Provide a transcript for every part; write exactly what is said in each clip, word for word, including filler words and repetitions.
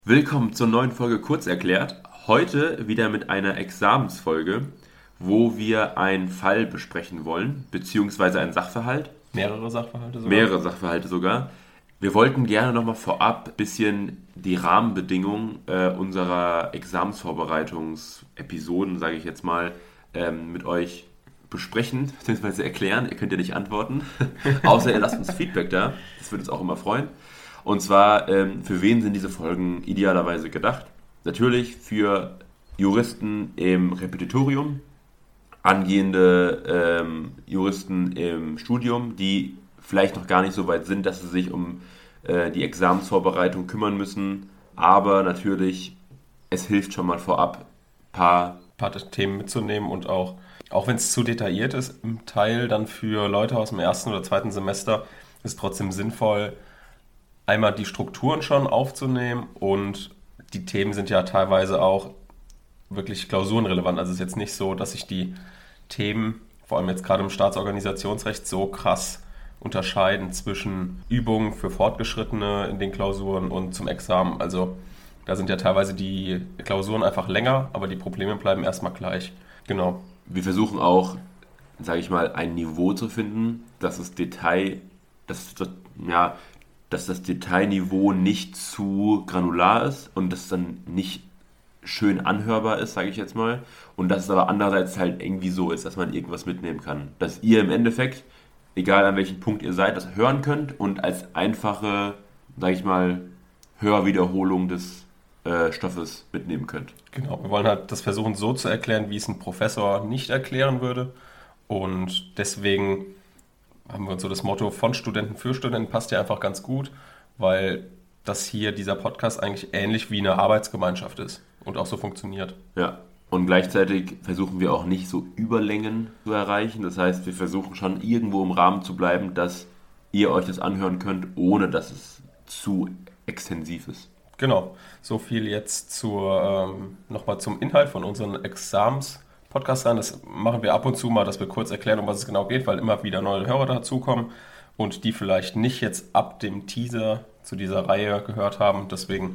Willkommen zur neuen Folge Kurzerklärt. Heute wieder mit einer Examensfolge, wo wir einen Fall besprechen wollen, beziehungsweise einen Sachverhalt. Mehrere Sachverhalte sogar? Mehrere Sachverhalte sogar. Wir wollten gerne nochmal vorab ein bisschen die Rahmenbedingungen äh, unserer Examensvorbereitungsepisoden, sage ich jetzt mal, ähm, mit euch besprechen, beziehungsweise erklären. Ihr könnt ja nicht antworten, außer ihr lasst uns Feedback da. Das würde uns auch immer freuen. Und zwar, ähm, für wen sind diese Folgen idealerweise gedacht? Natürlich für Juristen im Repetitorium, angehende ähm, Juristen im Studium, die vielleicht noch gar nicht so weit sind, dass sie sich um äh, die Examensvorbereitung kümmern müssen. Aber natürlich, es hilft schon mal vorab, ein paar, paar Themen mitzunehmen und auch, auch wenn es zu detailliert ist, im Teil dann für Leute aus dem ersten oder zweiten Semester ist trotzdem sinnvoll, einmal die Strukturen schon aufzunehmen, und die Themen sind ja teilweise auch wirklich klausurenrelevant. Also es ist jetzt nicht so, dass sich die Themen, vor allem jetzt gerade im Staatsorganisationsrecht, so krass unterscheiden zwischen Übungen für Fortgeschrittene in den Klausuren und zum Examen. Also da sind ja teilweise die Klausuren einfach länger, aber die Probleme bleiben erstmal gleich. Genau. Wir versuchen auch, sage ich mal, ein Niveau zu finden, dass das Detail, das, ja, dass das Detailniveau nicht zu granular ist und das dann nicht schön anhörbar ist, sage ich jetzt mal. Und dass es aber andererseits halt irgendwie so ist, dass man irgendwas mitnehmen kann. Dass ihr im Endeffekt, egal an welchem Punkt ihr seid, das hören könnt und als einfache, sage ich mal, Hörwiederholung des äh, Stoffes mitnehmen könnt. Genau, wir wollen halt das versuchen so zu erklären, wie es ein Professor nicht erklären würde. Und deswegen haben wir uns so das Motto von Studenten für Studenten, passt ja einfach ganz gut, weil das hier, dieser Podcast, eigentlich ähnlich wie eine Arbeitsgemeinschaft ist und auch so funktioniert. Ja, und gleichzeitig versuchen wir auch nicht so Überlängen zu erreichen. Das heißt, wir versuchen schon irgendwo im Rahmen zu bleiben, dass ihr euch das anhören könnt, ohne dass es zu extensiv ist. Genau, so viel jetzt zur, ähm, nochmal zum Inhalt von unseren Examens. Podcast rein. Das machen wir ab und zu mal, dass wir kurz erklären, um was es genau geht, weil immer wieder neue Hörer dazukommen und die vielleicht nicht jetzt ab dem Teaser zu dieser Reihe gehört haben. Deswegen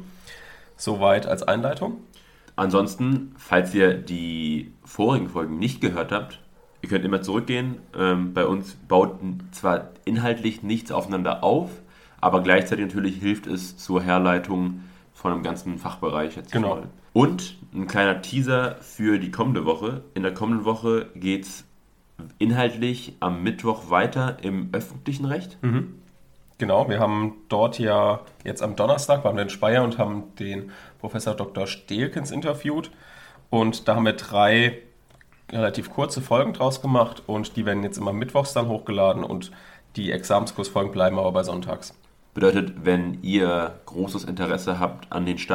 soweit als Einleitung. Ansonsten, falls ihr die vorigen Folgen nicht gehört habt, ihr könnt immer zurückgehen. Ähm, bei uns baut zwar inhaltlich nichts aufeinander auf, aber gleichzeitig natürlich hilft es zur Herleitung von einem ganzen Fachbereich. Jetzt genau. Mal. Und ein kleiner Teaser für die kommende Woche. In der kommenden Woche geht es inhaltlich am Mittwoch weiter im öffentlichen Recht. Mhm. Genau, wir haben dort ja jetzt am Donnerstag, waren wir in Speyer und haben den Professor Doktor Stehlkens interviewt. Und da haben wir drei relativ kurze Folgen draus gemacht und die werden jetzt immer mittwochs dann hochgeladen und die Examenskursfolgen bleiben aber bei sonntags. Bedeutet, wenn ihr großes Interesse habt an den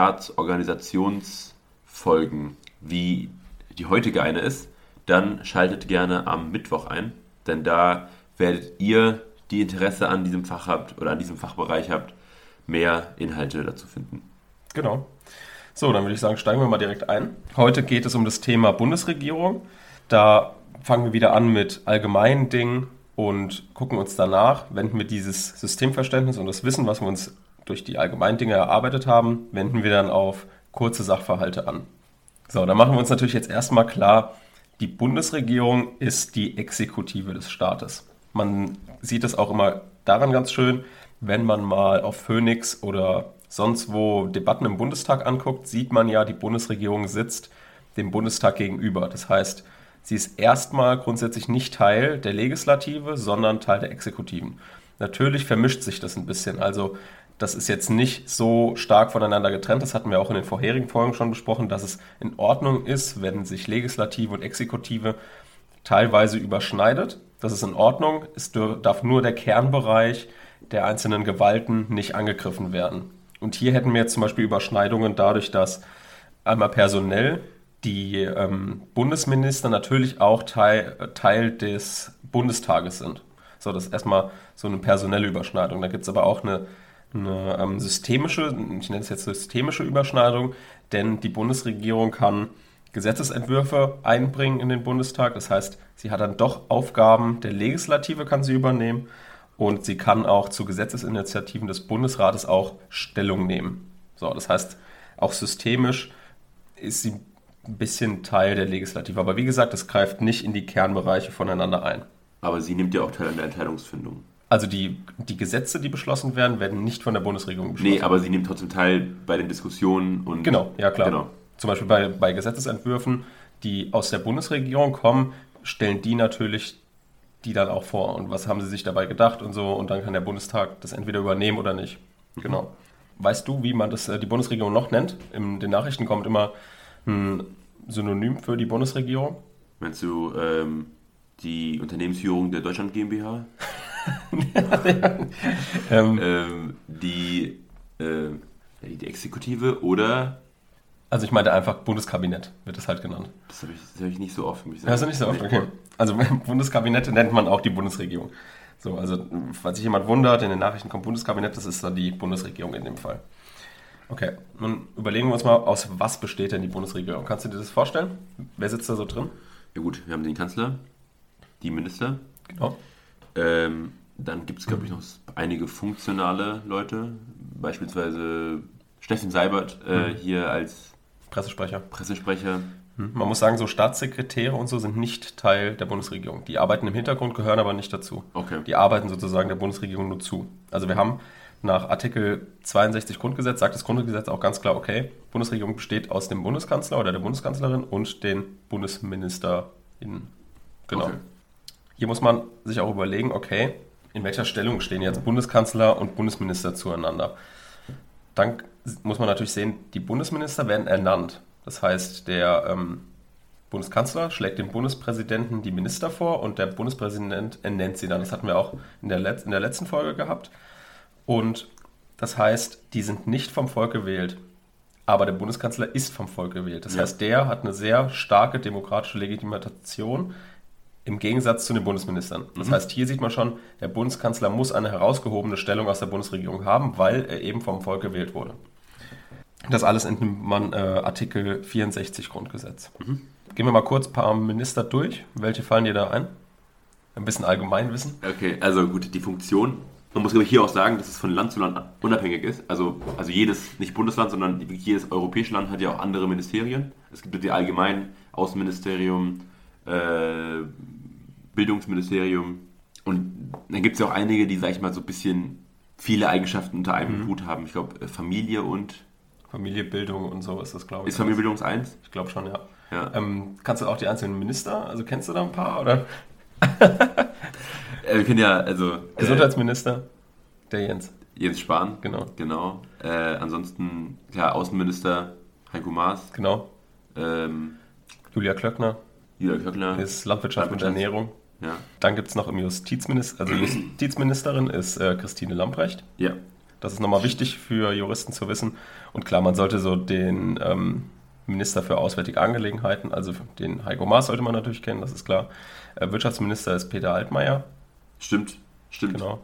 Staatsorganisationsfolgen, wie die heutige eine ist, dann schaltet gerne am Mittwoch ein, denn da werdet ihr, die Interesse an diesem Fach habt oder an diesem Fachbereich habt, mehr Inhalte dazu finden. Genau. So, dann würde ich sagen, steigen wir mal direkt ein. Heute geht es um das Thema Bundesregierung. Da fangen wir wieder an mit allgemeinen Dingen und gucken uns danach, wenden wir dieses Systemverständnis und das Wissen, was wir uns durch die allgemeinen Dinge erarbeitet haben, wenden wir dann auf kurze Sachverhalte an. So, da machen wir uns natürlich jetzt erstmal klar, die Bundesregierung ist die Exekutive des Staates. Man sieht es auch immer daran ganz schön, wenn man mal auf Phoenix oder sonst wo Debatten im Bundestag anguckt, sieht man ja, die Bundesregierung sitzt dem Bundestag gegenüber. Das heißt, sie ist erstmal grundsätzlich nicht Teil der Legislative, sondern Teil der Exekutiven. Natürlich vermischt sich das ein bisschen. Also das ist jetzt nicht so stark voneinander getrennt. Das hatten wir auch in den vorherigen Folgen schon besprochen, dass es in Ordnung ist, wenn sich Legislative und Exekutive teilweise überschneidet. Das ist in Ordnung. Es darf nur der Kernbereich der einzelnen Gewalten nicht angegriffen werden. Und hier hätten wir jetzt zum Beispiel Überschneidungen dadurch, dass einmal personell die ähm, Bundesminister natürlich auch Teil, Teil des Bundestages sind. So, das ist erstmal so eine personelle Überschneidung. Da gibt es aber auch eine, eine ähm, systemische, ich nenne es jetzt systemische Überschneidung, denn die Bundesregierung kann Gesetzesentwürfe einbringen in den Bundestag. Das heißt, sie hat dann doch Aufgaben der Legislative, kann sie übernehmen, und sie kann auch zu Gesetzesinitiativen des Bundesrates auch Stellung nehmen. So, das heißt, auch systemisch ist sie ein bisschen Teil der Legislative. Aber wie gesagt, es greift nicht in die Kernbereiche voneinander ein. Aber sie nimmt ja auch Teil an der Entscheidungsfindung. Also die, die Gesetze, die beschlossen werden, werden nicht von der Bundesregierung beschlossen. Nee, aber sie nimmt trotzdem teil bei den Diskussionen. Und genau, ja klar. Genau. Zum Beispiel bei, bei Gesetzesentwürfen, die aus der Bundesregierung kommen, stellen die natürlich die dann auch vor. Und was haben sie sich dabei gedacht und so. Und dann kann der Bundestag das entweder übernehmen oder nicht. Mhm. Genau. Weißt du, wie man das die Bundesregierung noch nennt? In den Nachrichten kommt immer ein Synonym für die Bundesregierung. Meinst du ähm, die Unternehmensführung der Deutschland GmbH? ja, ja. ähm, ähm, die, äh, die Exekutive oder... Also ich meinte einfach Bundeskabinett, wird das halt genannt. Das habe ich, hab ich nicht so oft. Mich Hast du nicht so oft? Okay. Also Bundeskabinette nennt man auch die Bundesregierung. So, also falls sich jemand wundert, in den Nachrichten kommt Bundeskabinett, das ist dann die Bundesregierung in dem Fall. Okay, nun überlegen wir uns mal, aus was besteht denn die Bundesregierung? Kannst du dir das vorstellen? Wer sitzt da so drin? Ja gut, wir haben den Kanzler, die Minister. Genau. Ähm, dann gibt es, glaube ich, noch einige funktionale Leute. Beispielsweise Steffen Seibert äh, mhm. hier als Pressesprecher. Pressesprecher. Man muss sagen, so Staatssekretäre und so sind nicht Teil der Bundesregierung. Die arbeiten im Hintergrund, gehören aber nicht dazu. Okay. Die arbeiten sozusagen der Bundesregierung nur zu. Also wir haben nach Artikel zweiundsechzig Grundgesetz, sagt das Grundgesetz auch ganz klar, okay, Bundesregierung besteht aus dem Bundeskanzler oder der Bundeskanzlerin und den BundesministerInnen. Genau. Okay. Hier muss man sich auch überlegen, okay, in welcher Stellung stehen jetzt Bundeskanzler und Bundesminister zueinander? Dann muss man natürlich sehen, die Bundesminister werden ernannt. Das heißt, der ähm, Bundeskanzler schlägt dem Bundespräsidenten die Minister vor und der Bundespräsident ernennt sie dann. Das hatten wir auch in der, Let- in der letzten Folge gehabt. Und das heißt, die sind nicht vom Volk gewählt, aber der Bundeskanzler ist vom Volk gewählt. Das ja. heißt, der hat eine sehr starke demokratische Legitimation im Gegensatz zu den Bundesministern. Das mhm. heißt, hier sieht man schon, der Bundeskanzler muss eine herausgehobene Stellung aus der Bundesregierung haben, weil er eben vom Volk gewählt wurde. Das alles entnimmt man äh, Artikel vierundsechzig Grundgesetz. Mhm. Gehen wir mal kurz ein paar Minister durch. Welche fallen dir da ein? Ein bisschen Allgemeinwissen. Okay, also gut, die Funktion. Man muss, glaube ich, hier auch sagen, dass es von Land zu Land unabhängig ist. Also, also jedes, nicht Bundesland, sondern jedes europäische Land hat ja auch andere Ministerien. Es gibt die allgemeinen Außenministerium, äh, Bildungsministerium. Und dann gibt es ja auch einige, die, sag ich mal, so ein bisschen viele Eigenschaften unter einem mhm. Hut haben. Ich glaube, Familie und... Familie, Bildung und so ist das, glaube ich. Ist Familienbildung eins? Ich glaube schon, ja. ja. Ähm, kannst du auch die einzelnen Minister? Also kennst du da ein paar, oder? Wir kennen ja, also... Gesundheitsminister, äh, der Jens. Jens Spahn. Genau. Genau. Äh, ansonsten, klar, Außenminister Heiko Maas. Genau. Ähm, Julia Klöckner. Julia Klöckner. Ist Landwirtschaft, Landwirtschaft. und Ernährung. Ja. Dann gibt es noch im Justizminister, also Justizministerin ist äh, Christine Lambrecht. Ja. Das ist nochmal wichtig für Juristen zu wissen. Und klar, man sollte so den ähm, Minister für Auswärtige Angelegenheiten, also den Heiko Maas sollte man natürlich kennen, das ist klar. Äh, Wirtschaftsminister ist Peter Altmaier. Stimmt, stimmt. Genau.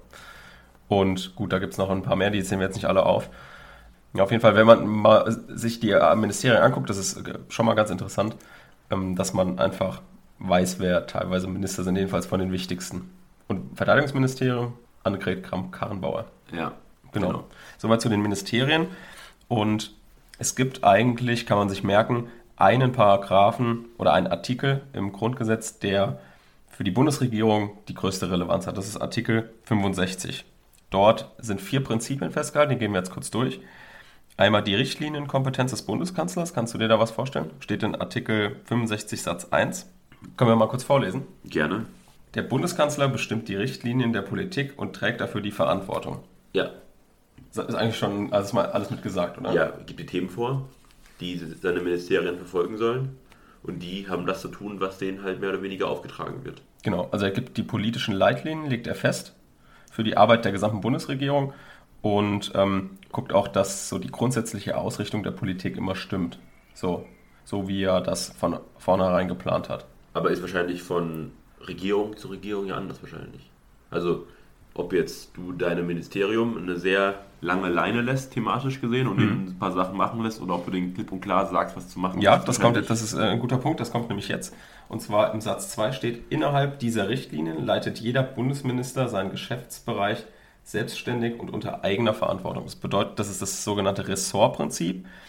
Und gut, da gibt es noch ein paar mehr, die zählen wir jetzt nicht alle auf. Ja, auf jeden Fall, wenn man mal sich die Ministerien anguckt, das ist schon mal ganz interessant, ähm, dass man einfach weiß, wer teilweise Minister sind, jedenfalls von den wichtigsten. Und Verteidigungsministerium, Annegret Kramp-Karrenbauer. Ja. Genau. genau. Soweit zu den Ministerien. Und es gibt eigentlich, kann man sich merken, einen Paragraphen oder einen Artikel im Grundgesetz, der für die Bundesregierung die größte Relevanz hat. Das ist Artikel fünfundsechzig. Dort sind vier Prinzipien festgehalten, die gehen wir jetzt kurz durch. Einmal die Richtlinienkompetenz des Bundeskanzlers. Kannst du dir da was vorstellen? Steht in Artikel fünfundsechzig Satz eins. Können wir mal kurz vorlesen? Gerne. Der Bundeskanzler bestimmt die Richtlinien der Politik und trägt dafür die Verantwortung. Ja. Das ist eigentlich schon alles, mal alles mit gesagt, oder? Ja, gibt die Themen vor, die seine Ministerien verfolgen sollen. Und die haben das zu tun, was denen halt mehr oder weniger aufgetragen wird. Genau, also er gibt die politischen Leitlinien, legt er fest für die Arbeit der gesamten Bundesregierung und ähm, guckt auch, dass so die grundsätzliche Ausrichtung der Politik immer stimmt. So, so wie er das von vornherein geplant hat. Aber ist wahrscheinlich von Regierung zu Regierung ja anders wahrscheinlich. Also ob jetzt du deinem Ministerium eine sehr lange Leine lässt, thematisch gesehen, und mhm. ihnen ein paar Sachen machen lässt, oder ob du denen klipp und klar sagst, was zu machen ist. Ja, das kommt, das ist ein guter Punkt, das kommt nämlich jetzt. Und zwar im Satz zwei steht, innerhalb dieser Richtlinien leitet jeder Bundesminister seinen Geschäftsbereich selbstständig und unter eigener Verantwortung. Das bedeutet, das ist das sogenannte Ressortprinzip.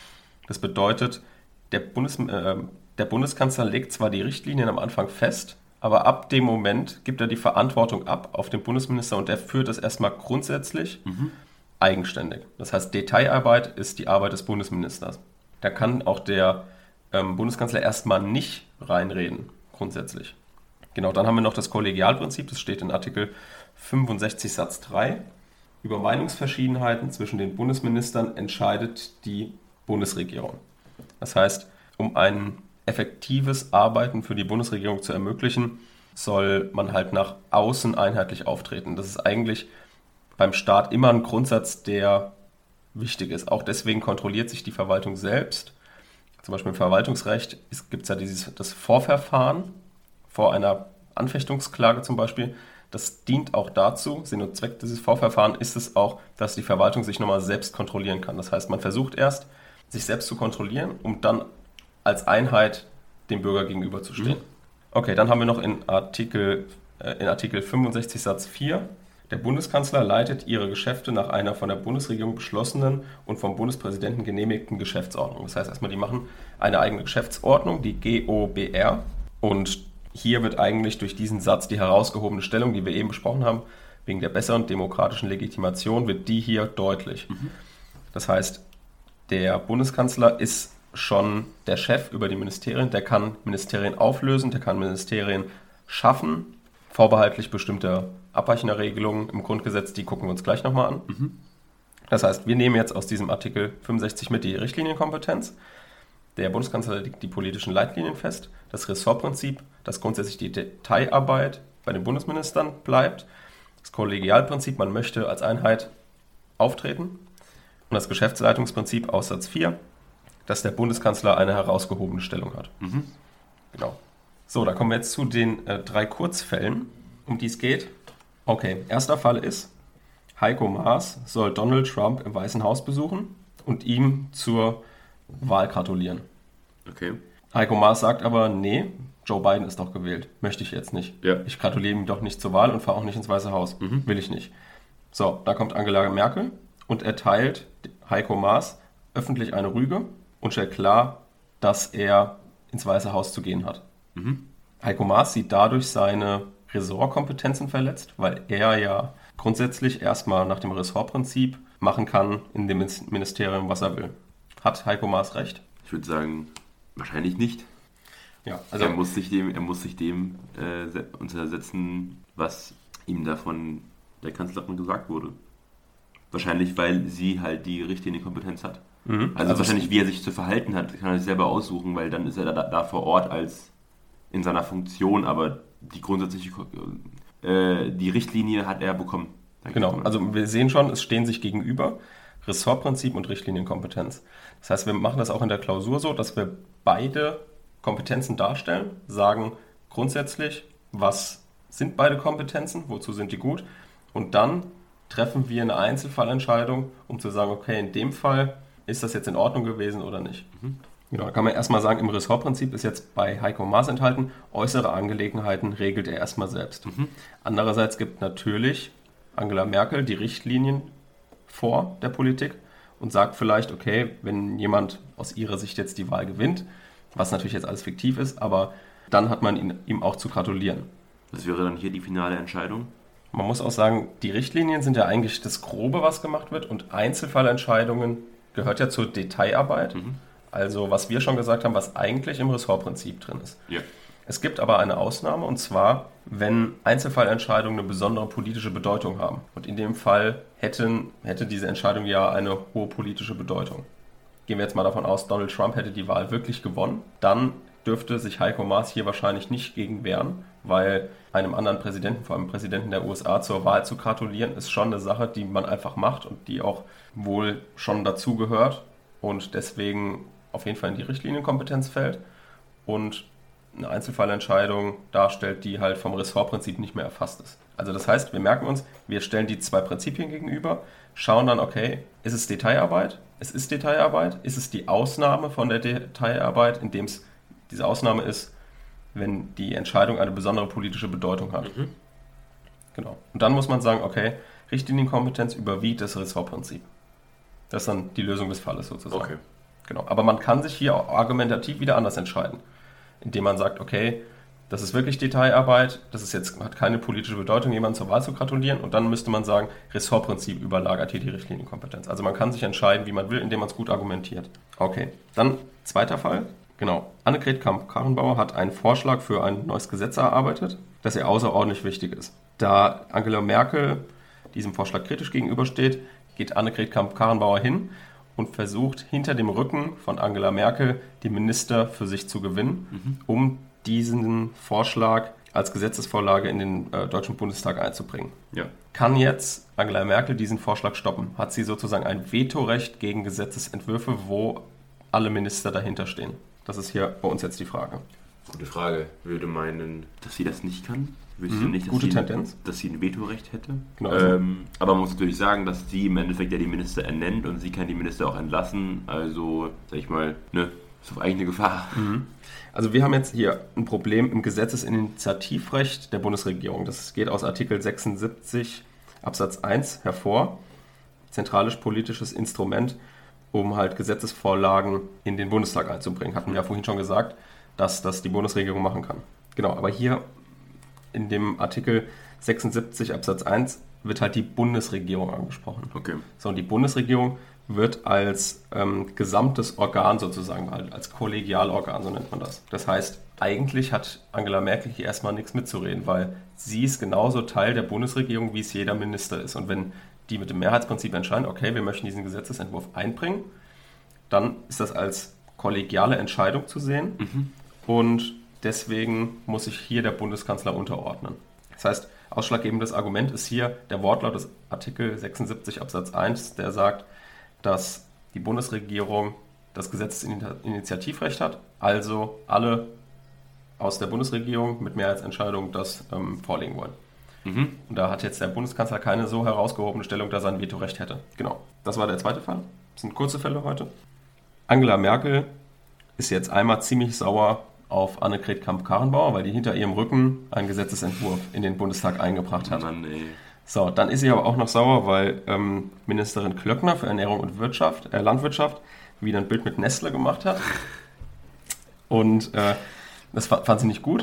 Das bedeutet, der, Bundes, äh, der Bundeskanzler legt zwar die Richtlinien am Anfang fest, aber ab dem Moment gibt er die Verantwortung ab auf den Bundesminister und der führt das erstmal grundsätzlich mhm. eigenständig. Das heißt, Detailarbeit ist die Arbeit des Bundesministers. Da kann auch der ähm, Bundeskanzler erstmal nicht reinreden, grundsätzlich. Genau, dann haben wir noch das Kollegialprinzip, das steht in Artikel fünfundsechzig Satz drei. Über Meinungsverschiedenheiten zwischen den Bundesministern entscheidet die Bundesregierung. Das heißt, um ein effektives Arbeiten für die Bundesregierung zu ermöglichen, soll man halt nach außen einheitlich auftreten. Das ist eigentlich beim Staat immer ein Grundsatz, der wichtig ist. Auch deswegen kontrolliert sich die Verwaltung selbst. Zum Beispiel im Verwaltungsrecht gibt es ja dieses, das Vorverfahren vor einer Anfechtungsklage zum Beispiel. Das dient auch dazu, Sinn und Zweck dieses Vorverfahrens ist es auch, dass die Verwaltung sich nochmal selbst kontrollieren kann. Das heißt, man versucht erst, sich selbst zu kontrollieren, um dann als Einheit dem Bürger gegenüberzustehen. Mhm. Okay, dann haben wir noch in Artikel, äh, in Artikel fünfundsechzig Satz vier. Der Bundeskanzler leitet ihre Geschäfte nach einer von der Bundesregierung beschlossenen und vom Bundespräsidenten genehmigten Geschäftsordnung. Das heißt erstmal, die machen eine eigene Geschäftsordnung, die G O B R. Und hier wird eigentlich durch diesen Satz die herausgehobene Stellung, die wir eben besprochen haben, wegen der besseren demokratischen Legitimation, wird die hier deutlich. Mhm. Das heißt, der Bundeskanzler ist schon der Chef über die Ministerien, der kann Ministerien auflösen, der kann Ministerien schaffen, vorbehaltlich bestimmter abweichender Regelungen im Grundgesetz, die gucken wir uns gleich nochmal an. Mhm. Das heißt, wir nehmen jetzt aus diesem Artikel fünfundsechzig mit die Richtlinienkompetenz. Der Bundeskanzler legt die politischen Leitlinien fest, das Ressortprinzip, dass grundsätzlich die Detailarbeit bei den Bundesministern bleibt, das Kollegialprinzip, man möchte als Einheit auftreten und das Geschäftsleitungsprinzip aus Satz vier, dass der Bundeskanzler eine herausgehobene Stellung hat. Mhm. Genau. So, da kommen wir jetzt zu den äh, drei Kurzfällen, um die es geht. Okay, erster Fall ist, Heiko Maas soll Donald Trump im Weißen Haus besuchen und ihm zur Wahl gratulieren. Okay. Heiko Maas sagt aber, nee, Joe Biden ist doch gewählt. Möchte ich jetzt nicht. Ja. Ich gratuliere ihm doch nicht zur Wahl und fahre auch nicht ins Weiße Haus. Mhm. Will ich nicht. So, da kommt Angela Merkel und erteilt Heiko Maas öffentlich eine Rüge und stellt klar, dass er ins Weiße Haus zu gehen hat. Mhm. Heiko Maas sieht dadurch seine Ressortkompetenzen verletzt, weil er ja grundsätzlich erstmal nach dem Ressortprinzip machen kann in dem Ministerium, was er will. Hat Heiko Maas recht? Ich würde sagen, wahrscheinlich nicht. Ja, also er muss sich dem, er muss sich dem äh, untersetzen, was ihm da von der Kanzlerin gesagt wurde. Wahrscheinlich, weil sie halt die Richtlinienkompetenz hat. Mhm. Also, also wahrscheinlich, wie er sich zu verhalten hat, kann er sich selber aussuchen, weil dann ist er da, da vor Ort als in seiner Funktion, aber die grundsätzliche äh, die Richtlinie hat er bekommen. Genau, also wir sehen schon, es stehen sich gegenüber Ressortprinzip und Richtlinienkompetenz. Das heißt, wir machen das auch in der Klausur so, dass wir beide Kompetenzen darstellen, sagen grundsätzlich, was sind beide Kompetenzen, wozu sind die gut und dann treffen wir eine Einzelfallentscheidung, um zu sagen, okay, in dem Fall ist das jetzt in Ordnung gewesen oder nicht. Mhm. Genau, da kann man erstmal sagen, im Ressortprinzip ist jetzt bei Heiko Maas enthalten, äußere Angelegenheiten regelt er erstmal selbst. Mhm. Andererseits gibt natürlich Angela Merkel die Richtlinien vor der Politik und sagt vielleicht, okay, wenn jemand aus ihrer Sicht jetzt die Wahl gewinnt, was natürlich jetzt alles fiktiv ist, aber dann hat man ihn, ihm auch zu gratulieren. Das wäre dann hier die finale Entscheidung? Man muss auch sagen, die Richtlinien sind ja eigentlich das Grobe, was gemacht wird und Einzelfallentscheidungen gehört ja zur Detailarbeit. Mhm. Also was wir schon gesagt haben, was eigentlich im Ressortprinzip drin ist. Ja. Es gibt aber eine Ausnahme und zwar, wenn Einzelfallentscheidungen eine besondere politische Bedeutung haben. Und in dem Fall hätten, hätte diese Entscheidung ja eine hohe politische Bedeutung. Gehen wir jetzt mal davon aus, Donald Trump hätte die Wahl wirklich gewonnen, dann dürfte sich Heiko Maas hier wahrscheinlich nicht gegen wehren, weil einem anderen Präsidenten, vor allem Präsidenten der U S A, zur Wahl zu gratulieren, ist schon eine Sache, die man einfach macht und die auch wohl schon dazugehört und deswegen auf jeden Fall in die Richtlinienkompetenz fällt und eine Einzelfallentscheidung darstellt, die halt vom Ressortprinzip nicht mehr erfasst ist. Also das heißt, wir merken uns, wir stellen die zwei Prinzipien gegenüber, schauen dann, okay, ist es Detailarbeit? Es ist Detailarbeit. Ist es die Ausnahme von der Detailarbeit, indem es diese Ausnahme ist, wenn die Entscheidung eine besondere politische Bedeutung hat? Mhm. Genau. Und dann muss man sagen, okay, Richtlinienkompetenz überwiegt das Ressortprinzip. Das ist dann die Lösung des Falles sozusagen. Okay. Genau. Aber man kann sich hier auch argumentativ wieder anders entscheiden, indem man sagt, okay, das ist wirklich Detailarbeit, das ist jetzt, hat keine politische Bedeutung, jemandem zur Wahl zu gratulieren, und dann müsste man sagen, Ressortprinzip überlagert hier die Richtlinienkompetenz. Also man kann sich entscheiden, wie man will, indem man es gut argumentiert. Okay, dann zweiter Fall. Genau. Annegret Kramp-Karrenbauer hat einen Vorschlag für ein neues Gesetz erarbeitet, das ihr außerordentlich wichtig ist. Da Angela Merkel diesem Vorschlag kritisch gegenübersteht, geht Annegret Kramp-Karrenbauer hin und versucht hinter dem Rücken von Angela Merkel die Minister für sich zu gewinnen, mhm. um diesen Vorschlag als Gesetzesvorlage in den äh, Deutschen Bundestag einzubringen. Ja. Kann jetzt Angela Merkel diesen Vorschlag stoppen? Hat sie sozusagen ein Vetorecht gegen Gesetzesentwürfe, wo alle Minister dahinter stehen? Das ist hier bei uns jetzt die Frage. Gute Frage. Würde meinen, dass sie das nicht kann? Würde Mhm. sie nicht, dass Gute sie, Tendenz. Dass sie ein Vetorecht hätte? Genau. Ähm, aber man muss natürlich sagen, dass sie im Endeffekt ja die Minister ernennt und sie kann die Minister auch entlassen. Also, sag ich mal, ne, ist auf eigene Gefahr. Mhm. Also wir haben jetzt hier ein Problem im Gesetzesinitiativrecht der Bundesregierung. Das geht aus Artikel sechsundsiebzig Absatz eins hervor. Zentrales politisches Instrument, um halt Gesetzesvorlagen in den Bundestag einzubringen. Hatten wir ja vorhin schon gesagt, dass das die Bundesregierung machen kann. Genau, aber hier in dem Artikel sechsundsiebzig Absatz eins wird halt die Bundesregierung angesprochen. Okay. So, und die Bundesregierung wird als ähm, gesamtes Organ sozusagen, halt als Kollegialorgan, so nennt man das. Das heißt, eigentlich hat Angela Merkel hier erstmal nichts mitzureden, weil sie ist genauso Teil der Bundesregierung, wie es jeder Minister ist. Und wenn die mit dem Mehrheitsprinzip entscheiden, okay, wir möchten diesen Gesetzesentwurf einbringen, dann ist das als kollegiale Entscheidung zu sehen. Mhm. Und deswegen muss sich hier der Bundeskanzler unterordnen. Das heißt, ausschlaggebendes Argument ist hier der Wortlaut des Artikel sechsundsiebzig Absatz eins, der sagt, dass die Bundesregierung das Gesetzesinitiativrecht hat, also alle aus der Bundesregierung mit Mehrheitsentscheidung das ähm, vorlegen wollen. Mhm. Und da hat jetzt der Bundeskanzler keine so herausgehobene Stellung, dass er ein Vetorecht hätte. Genau, das war der zweite Fall. Das sind kurze Fälle heute. Angela Merkel ist jetzt einmal ziemlich sauer auf Annegret Kramp-Karrenbauer, weil die hinter ihrem Rücken einen Gesetzesentwurf in den Bundestag eingebracht hat. Mann, ey. So, dann ist sie aber auch noch sauer, weil ähm, Ministerin Klöckner für Ernährung und Wirtschaft, äh, Landwirtschaft wieder ein Bild mit Nestle gemacht hat. Und äh, das fand sie nicht gut.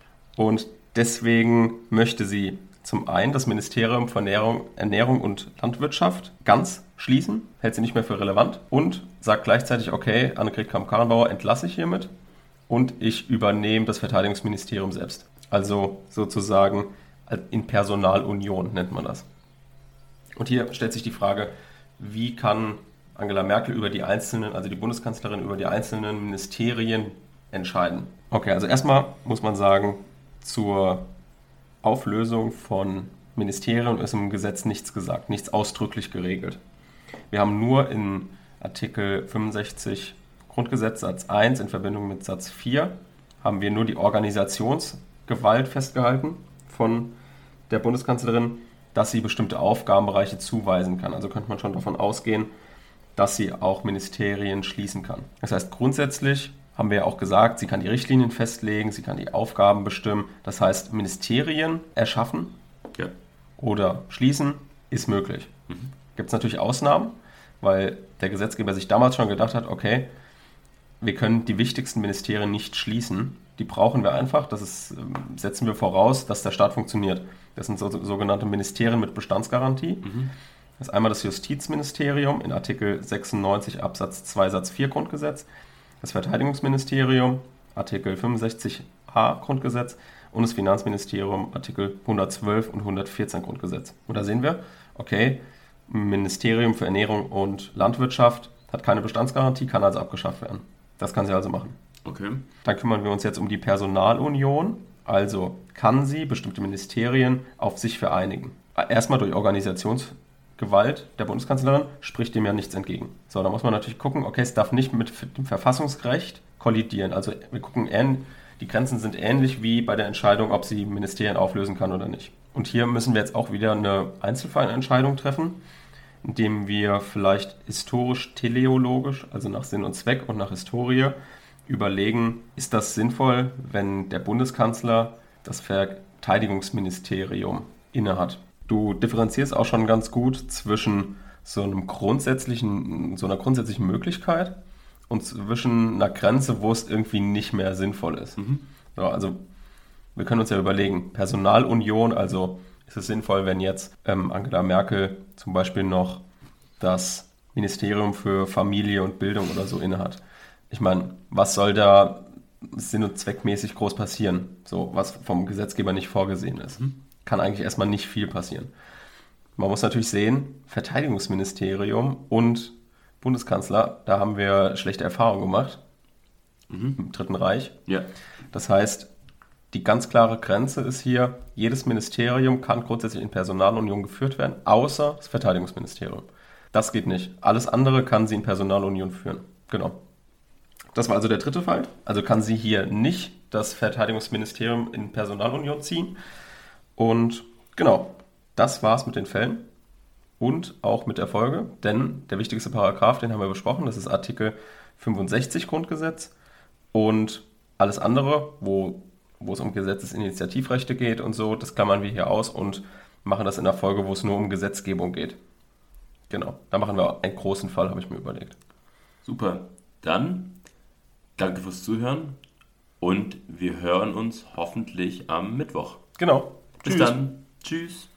Und deswegen möchte sie zum einen das Ministerium für Ernährung, Ernährung und Landwirtschaft ganz schließen, hält sie nicht mehr für relevant und sagt gleichzeitig, okay, Annegret Kramp-Karrenbauer entlasse ich hiermit und ich übernehme das Verteidigungsministerium selbst. Also sozusagen in Personalunion nennt man das. Und hier stellt sich die Frage, wie kann Angela Merkel über die einzelnen, also die Bundeskanzlerin über die einzelnen Ministerien entscheiden? Okay, also erstmal muss man sagen, zur Auflösung von Ministerien ist im Gesetz nichts gesagt, nichts ausdrücklich geregelt. Wir haben nur in Artikel fünfundsechzig Grundgesetz Satz eins in Verbindung mit Satz vier haben wir nur die Organisationsgewalt festgehalten von der Bundeskanzlerin, dass sie bestimmte Aufgabenbereiche zuweisen kann. Also könnte man schon davon ausgehen, dass sie auch Ministerien schließen kann. Das heißt, grundsätzlich haben wir ja auch gesagt, sie kann die Richtlinien festlegen, sie kann die Aufgaben bestimmen. Das heißt, Ministerien erschaffen ja. oder schließen ist möglich. Mhm. Gibt es natürlich Ausnahmen, weil der Gesetzgeber sich damals schon gedacht hat, okay, wir können die wichtigsten Ministerien nicht schließen. Die brauchen wir einfach, das ist, setzen wir voraus, dass der Staat funktioniert. Das sind so, sogenannte Ministerien mit Bestandsgarantie. Mhm. Das ist einmal das Justizministerium in Artikel sechsundneunzig Absatz zwei Satz vier Grundgesetz, das Verteidigungsministerium Artikel fünfundsechzig a Grundgesetz und das Finanzministerium Artikel hundertzwölf und hundertvierzehn Grundgesetz. Und da sehen wir, okay, Ministerium für Ernährung und Landwirtschaft hat keine Bestandsgarantie, kann also abgeschafft werden. Das kann sie also machen. Okay. Dann kümmern wir uns jetzt um die Personalunion. Also kann sie bestimmte Ministerien auf sich vereinigen. Erstmal durch Organisationsgewalt der Bundeskanzlerin spricht dem ja nichts entgegen. So, da muss man natürlich gucken, okay, es darf nicht mit dem Verfassungsrecht kollidieren. Also wir gucken, die Grenzen sind ähnlich wie bei der Entscheidung, ob sie Ministerien auflösen kann oder nicht. Und hier müssen wir jetzt auch wieder eine Einzelfallentscheidung treffen, indem wir vielleicht historisch-teleologisch, also nach Sinn und Zweck und nach Historie, überlegen, ist das sinnvoll, wenn der Bundeskanzler das Verteidigungsministerium innehat. Du differenzierst auch schon ganz gut zwischen so einem grundsätzlichen, so einer grundsätzlichen Möglichkeit und zwischen einer Grenze, wo es irgendwie nicht mehr sinnvoll ist. Mhm. Ja, also wir können uns ja überlegen, Personalunion, also ist es sinnvoll, wenn jetzt ähm, Angela Merkel zum Beispiel noch das Ministerium für Familie und Bildung oder so innehat. Ich meine, was soll da sinn- und zweckmäßig groß passieren, so was vom Gesetzgeber nicht vorgesehen ist? Mhm. Kann eigentlich erstmal nicht viel passieren. Man muss natürlich sehen, Verteidigungsministerium und Bundeskanzler, da haben wir schlechte Erfahrungen gemacht Mhm. im Dritten Reich. Ja. Das heißt, die ganz klare Grenze ist hier, jedes Ministerium kann grundsätzlich in Personalunion geführt werden, außer das Verteidigungsministerium. Das geht nicht. Alles andere kann sie in Personalunion führen. Genau. Das war also der dritte Fall. Also kann sie hier nicht das Verteidigungsministerium in Personalunion ziehen. Und genau, das war's mit den Fällen und auch mit der Folge. Denn der wichtigste Paragraph, den haben wir besprochen, das ist Artikel fünfundsechzig Grundgesetz. Und alles andere, wo, wo es um Gesetzesinitiativrechte geht und so, das klammern wir hier aus und machen das in der Folge, wo es nur um Gesetzgebung geht. Genau, da machen wir einen großen Fall, habe ich mir überlegt. Super. Dann danke fürs Zuhören und wir hören uns hoffentlich am Mittwoch. Genau. Bis Tschüss. dann. Tschüss.